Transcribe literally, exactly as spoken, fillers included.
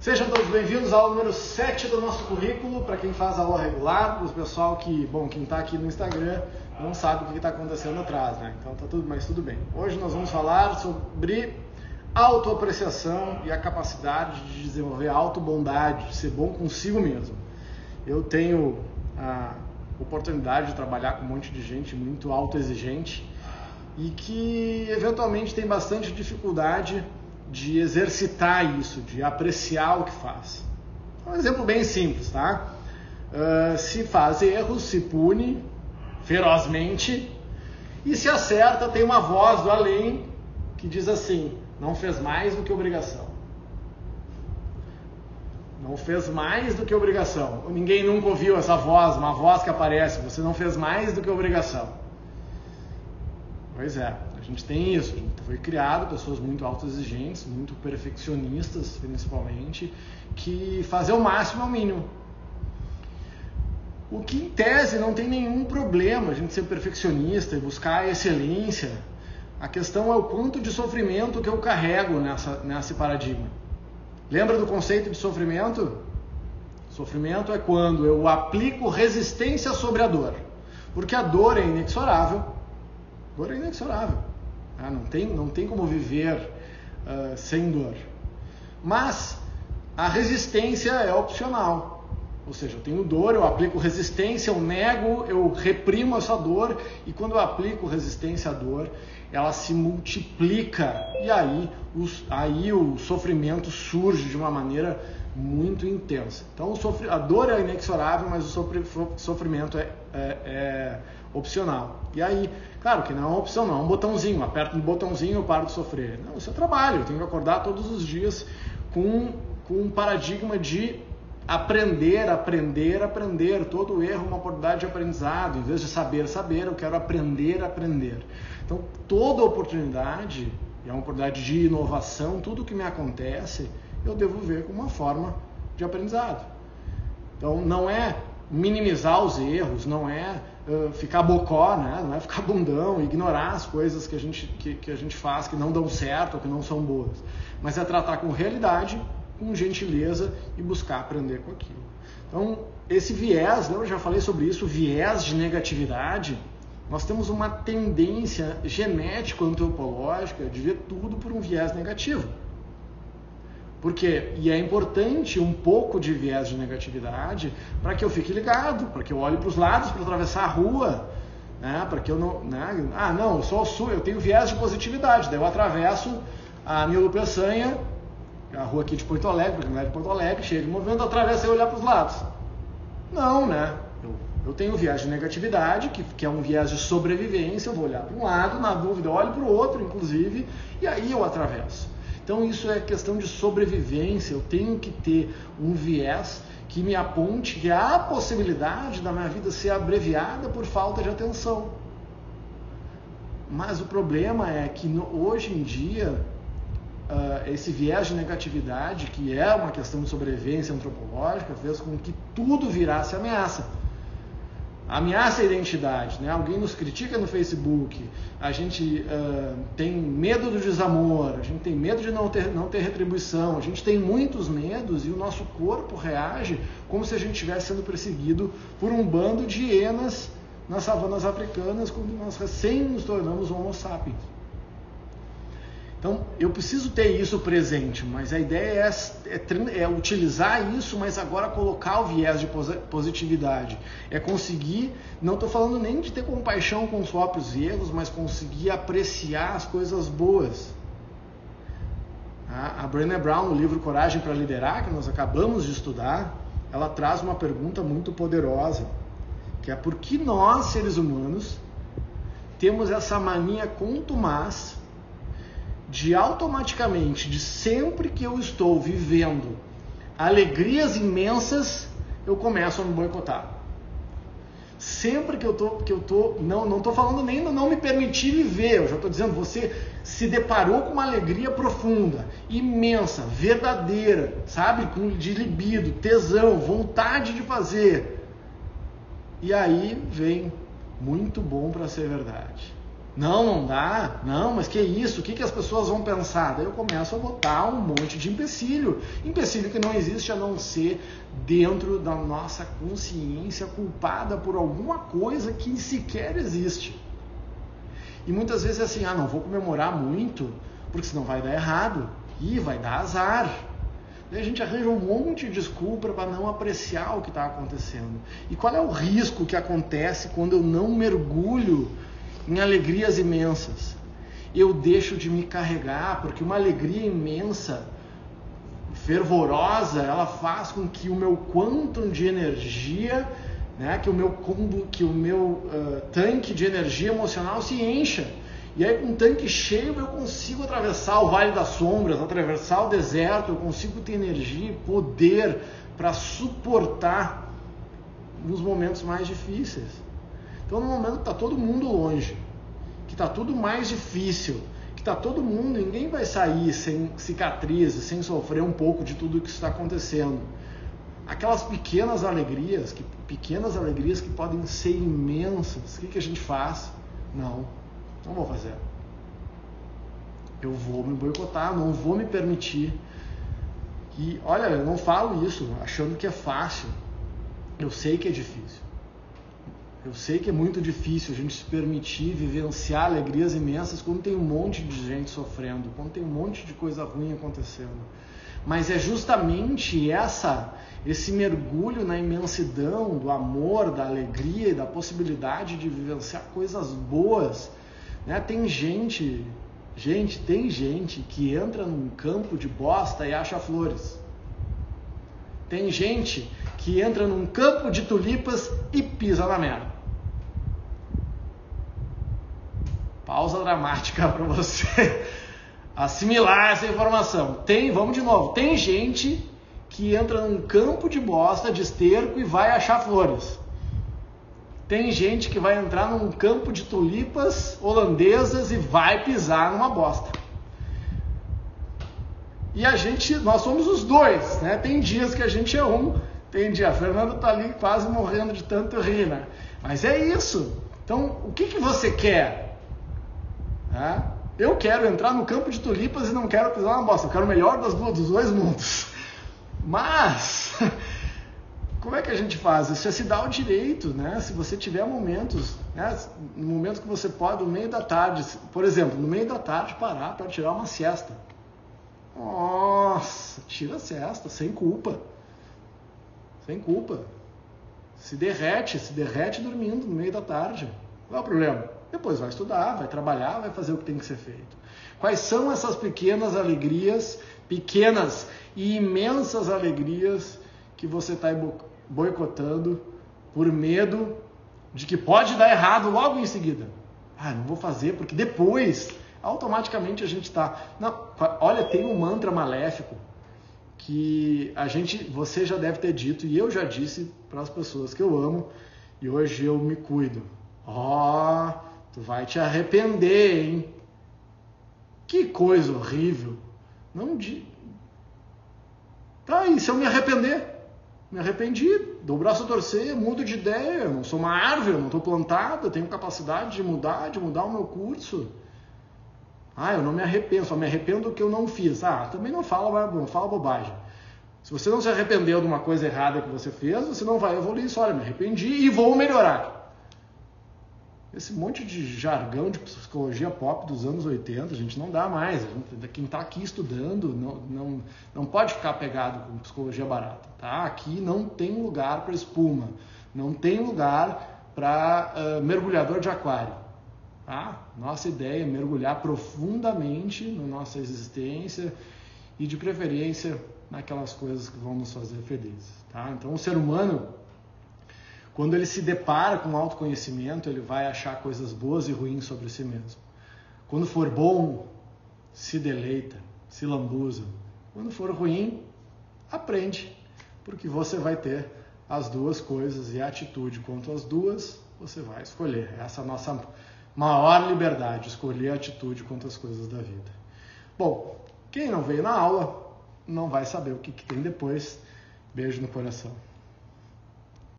Sejam todos bem-vindos ao número sete do nosso currículo. Para quem faz aula regular, para o pessoal que, bom, quem está aqui no Instagram não sabe o que está acontecendo atrás, né? Então tá tudo, mas tudo bem. Hoje nós vamos falar sobre autoapreciação e a capacidade de desenvolver autobondade, de ser bom consigo mesmo. Eu tenho a oportunidade de trabalhar com um monte de gente muito autoexigente e que eventualmente tem bastante dificuldade de exercitar isso, de apreciar o que faz. Um exemplo bem simples, tá? Uh, se faz erros, se pune ferozmente, e se acerta, tem uma voz do além que diz assim: não fez mais do que obrigação. Não fez mais do que obrigação. Ninguém nunca ouviu essa voz, uma voz que aparece: você não fez mais do que obrigação. Pois é, a gente tem isso. A gente foi criado pessoas muito autoexigentes, muito perfeccionistas, principalmente, que fazer o máximo é o mínimo. O que, em tese, não tem nenhum problema a gente ser perfeccionista e buscar a excelência. A questão é o quanto de sofrimento que eu carrego nessa, nesse paradigma. Lembra do conceito de sofrimento? Sofrimento é quando eu aplico resistência sobre a dor. Porque a dor é inexorável. A dor é inexorável. Ah, não tem, não tem como viver uh, sem dor. Mas a resistência é opcional. Ou seja, eu tenho dor, eu aplico resistência, eu nego, eu reprimo essa dor, e quando eu aplico resistência à dor, ela se multiplica, e aí, os, aí o sofrimento surge de uma maneira muito intensa. Então o sofri, a dor é inexorável, mas o sofri, sofrimento é, é, é opcional. E aí, claro que não é uma opção, não é um botãozinho, aperto um botãozinho e eu paro de sofrer. Não, isso é trabalho, eu tenho que acordar todos os dias com, com um paradigma de aprender, aprender, aprender. Todo erro é uma oportunidade de aprendizado. Em vez de saber, saber, eu quero aprender, aprender. Então, toda oportunidade é uma oportunidade de inovação. Tudo que me acontece, eu devo ver como uma forma de aprendizado. Então, não é minimizar os erros, não é uh, ficar bocó, né? Não é ficar bundão, ignorar as coisas que a gente, que, que a gente faz que não dão certo ou que não são boas. Mas é tratar com realidade, com gentileza e buscar aprender com aquilo. Então, esse viés, lembra, eu já falei sobre isso, o viés de negatividade, nós temos uma tendência genético-antropológica de ver tudo por um viés negativo. Por quê? E é importante um pouco de viés de negatividade para que eu fique ligado, para que eu olhe para os lados para atravessar a rua, né? Para que eu não... Né? Ah, não, eu sou o sul, eu tenho viés de positividade, daí eu atravesso a Nilo Peçanha, a rua aqui de Porto Alegre, porque não é de Porto Alegre, cheia de movimento, atravessa e olhar para os lados. Não, né? Eu, eu tenho um viés de negatividade, que, que é um viés de sobrevivência, eu vou olhar para um lado, na dúvida eu olho para o outro, inclusive, e aí eu atravesso. Então isso é questão de sobrevivência, eu tenho que ter um viés que me aponte que há a possibilidade da minha vida ser abreviada por falta de atenção. Mas o problema é que no, hoje em dia, Uh, esse viés de negatividade, que é uma questão de sobrevivência antropológica, fez com que tudo virasse ameaça. Ameaça à identidade, né? Alguém nos critica no Facebook, a gente uh, tem medo do desamor, a gente tem medo de não ter, não ter retribuição, a gente tem muitos medos e o nosso corpo reage como se a gente estivesse sendo perseguido por um bando de hienas nas savanas africanas quando nós recém nos tornamos homo sapiens. Então, eu preciso ter isso presente, mas a ideia é, é, é utilizar isso, mas agora colocar o viés de positividade. É conseguir, não estou falando nem de ter compaixão com os próprios erros, mas conseguir apreciar as coisas boas. A, a Brené Brown, no livro Coragem para Liderar, que nós acabamos de estudar, ela traz uma pergunta muito poderosa, que é: por que nós, seres humanos, temos essa mania contumaz de automaticamente, de sempre que eu estou vivendo alegrias imensas, eu começo a me boicotar. Sempre que eu tô, que eu tô, não, não tô falando nem do não me permitir viver, eu já estou dizendo, você se deparou com uma alegria profunda, imensa, verdadeira, sabe, de libido, tesão, vontade de fazer. E aí vem muito bom para ser verdade. Não, não dá. Não, mas que isso? O que, que as pessoas vão pensar? Daí eu começo a botar um monte de empecilho. Empecilho que não existe a não ser dentro da nossa consciência culpada por alguma coisa que sequer existe. E muitas vezes é assim, ah, não vou comemorar muito, porque senão vai dar errado. Ih, vai dar azar. Daí a gente arranja um monte de desculpa para não apreciar o que está acontecendo. E qual é o risco que acontece quando eu não mergulho em alegrias imensas? Eu deixo de me carregar, porque uma alegria imensa, fervorosa, ela faz com que o meu quantum de energia, né, que o meu combo, que o meu uh, tanque de energia emocional se encha. E aí, com um tanque cheio, eu consigo atravessar o Vale das Sombras, atravessar o deserto, eu consigo ter energia e poder para suportar nos momentos mais difíceis. Então, no momento que está todo mundo longe, que está tudo mais difícil, que está todo mundo, ninguém vai sair sem cicatrizes, sem sofrer um pouco de tudo que está acontecendo. Aquelas pequenas alegrias, que, pequenas alegrias que podem ser imensas, o que, que a gente faz? Não. Não vou fazer. Eu vou me boicotar, não vou me permitir. E olha, eu não falo isso achando que é fácil. Eu sei que é difícil. Eu sei que é muito difícil a gente se permitir vivenciar alegrias imensas quando tem um monte de gente sofrendo, quando tem um monte de coisa ruim acontecendo. Mas é justamente essa, esse mergulho na imensidão do amor, da alegria e da possibilidade de vivenciar coisas boas. Né? Tem gente, gente, tem gente que entra num campo de bosta e acha flores. Tem gente que entra num campo de tulipas e pisa na merda. Pausa dramática para você assimilar essa informação. Tem, vamos de novo, tem gente que entra num campo de bosta, de esterco e vai achar flores. Tem gente que vai entrar num campo de tulipas holandesas e vai pisar numa bosta. E a gente, nós somos os dois, né? Tem dias que a gente é um, tem dia, a Fernanda tá ali quase morrendo de tanto rir, né? Mas é isso. Então, o que que você quer? Né? Eu quero entrar no campo de tulipas e não quero pisar na bosta. Eu quero o melhor das duas, dos dois mundos. Mas como é que a gente faz? Isso é se dar o direito, né? Se você tiver momentos, né? No momento que você pode, no meio da tarde, por exemplo, no meio da tarde, parar para tirar uma siesta. Nossa, tira a siesta, sem culpa. Sem culpa. Se derrete, se derrete dormindo no meio da tarde. Qual é o problema? Depois vai estudar, vai trabalhar, vai fazer o que tem que ser feito. Quais são essas pequenas alegrias, pequenas e imensas alegrias que você está boicotando por medo de que pode dar errado logo em seguida? Ah, não vou fazer porque depois, automaticamente a gente está... Olha, tem um mantra maléfico que a gente, você já deve ter dito e eu já disse para as pessoas que eu amo e hoje eu me cuido. Ó, oh, tu vai te arrepender, hein? Que coisa horrível. Não de... Tá, e se eu me arrepender? Me arrependi, dou o braço a torcer, mudo de ideia, eu não sou uma árvore, eu não estou plantado, eu tenho capacidade de mudar, de mudar o meu curso. Ah, eu não me arrependo, só me arrependo do que eu não fiz. Ah, também não fala, não fala bobagem. Se você não se arrependeu de uma coisa errada que você fez, você não vai evoluir só, olha, me arrependi e vou melhorar. Esse monte de jargão de psicologia pop dos anos oitenta, a gente não dá mais. A gente, quem está aqui estudando não, não, não pode ficar pegado com psicologia barata. Tá? Aqui não tem lugar para espuma, não tem lugar para uh, mergulhador de aquário. Tá? Nossa ideia é mergulhar profundamente na nossa existência e de preferência naquelas coisas que vão nos fazer felizes. Tá? Então o ser humano, quando ele se depara com autoconhecimento, ele vai achar coisas boas e ruins sobre si mesmo. Quando for bom, se deleita, se lambuza. Quando for ruim, aprende, porque você vai ter as duas coisas e a atitude quanto às duas, você vai escolher. Essa é a nossa maior liberdade, escolher a atitude quanto às coisas da vida. Bom, quem não veio na aula não vai saber o que, que tem depois. Beijo no coração.